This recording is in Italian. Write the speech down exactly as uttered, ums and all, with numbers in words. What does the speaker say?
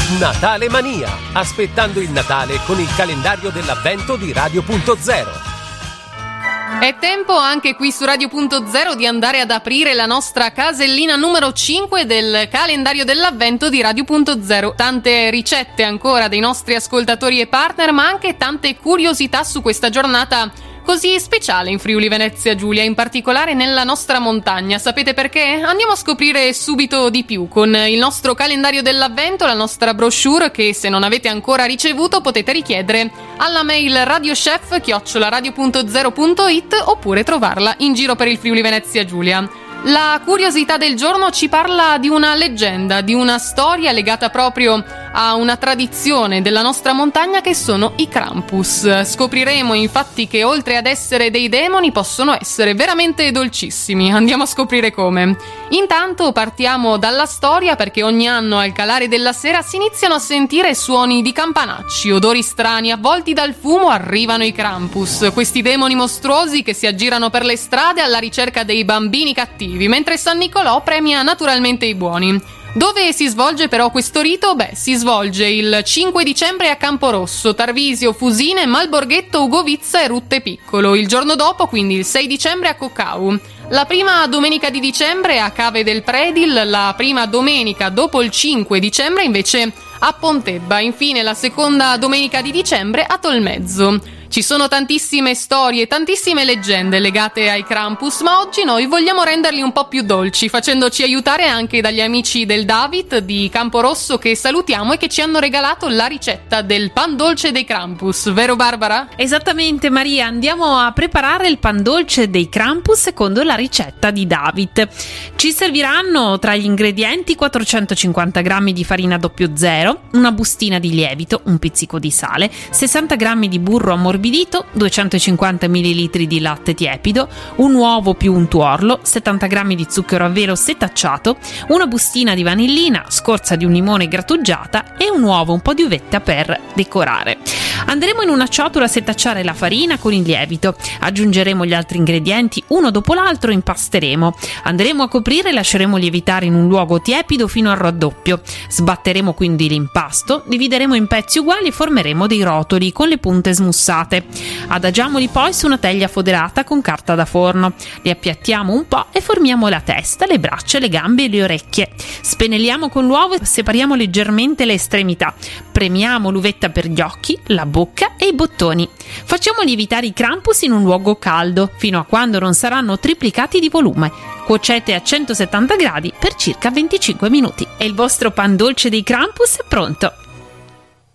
Natale Mania, aspettando il Natale con il calendario dell'avvento di Radio Punto Zero. È tempo anche qui su Radio Punto Zero di andare ad aprire la nostra casellina numero cinque del calendario dell'avvento di Radio Punto Zero. Tante ricette ancora dei nostri ascoltatori e partner, ma anche tante curiosità su questa giornata così speciale in Friuli Venezia Giulia, in particolare nella nostra montagna. Sapete perché? Andiamo a scoprire subito di più con il nostro calendario dell'avvento, la nostra brochure che, se non avete ancora ricevuto, potete richiedere alla mail radiochef chiocciola radio punto zero punto it oppure trovarla in giro per il Friuli Venezia Giulia. La curiosità del giorno ci parla di una leggenda, di una storia legata proprio a una tradizione della nostra montagna che sono i Krampus. Scopriremo infatti che oltre ad essere dei demoni possono essere veramente dolcissimi. Andiamo a scoprire come. Intanto partiamo dalla storia, perché ogni anno al calare della sera si iniziano a sentire suoni di campanacci, odori strani, avvolti dal fumo arrivano i Krampus, questi demoni mostruosi che si aggirano per le strade alla ricerca dei bambini cattivi, mentre San Nicolò premia naturalmente i buoni. Dove si svolge però questo rito? Beh, si svolge il cinque dicembre a Camporosso, Tarvisio, Fusine, Malborghetto, Ugovizza e Rutte Piccolo. Il giorno dopo, quindi il sei dicembre, a Coccau. La prima domenica di dicembre a Cave del Predil, la prima domenica dopo il cinque dicembre invece a Pontebba, infine la seconda domenica di dicembre a Tolmezzo. Ci sono tantissime storie, tantissime leggende legate ai Krampus, ma oggi noi vogliamo renderli un po' più dolci, facendoci aiutare anche dagli amici del David di Camporosso, che salutiamo e che ci hanno regalato la ricetta del pan dolce dei Krampus, vero Barbara? Esattamente Maria, andiamo a preparare il pan dolce dei Krampus secondo la ricetta di David. Ci serviranno tra gli ingredienti quattrocentocinquanta grammi di farina doppio zero, una bustina di lievito, un pizzico di sale, sessanta grammi di burro ammorbidito, duecentocinquanta millilitri di latte tiepido, un uovo più un tuorlo, settanta grammi di zucchero a velo setacciato, una bustina di vanillina, scorza di un limone grattugiata e un uovo, un po' di uvetta per decorare. Andremo in una ciotola a setacciare la farina con il lievito, aggiungeremo gli altri ingredienti uno dopo l'altro e impasteremo. Andremo a coprire e lasceremo lievitare in un luogo tiepido fino al raddoppio. Sbatteremo quindi l'impasto, divideremo in pezzi uguali e formeremo dei rotoli con le punte smussate. Adagiamoli poi su una teglia foderata con carta da forno. Li appiattiamo un po' e formiamo la testa, le braccia, le gambe e le orecchie. Spennelliamo con l'uovo e separiamo leggermente le estremità. Premiamo l'uvetta per gli occhi, la bocca e i bottoni. Facciamo lievitare i Krampus in un luogo caldo fino a quando non saranno triplicati di volume. Cuocete a centosettanta gradi per circa venticinque minuti e il vostro pan dolce dei Krampus è pronto.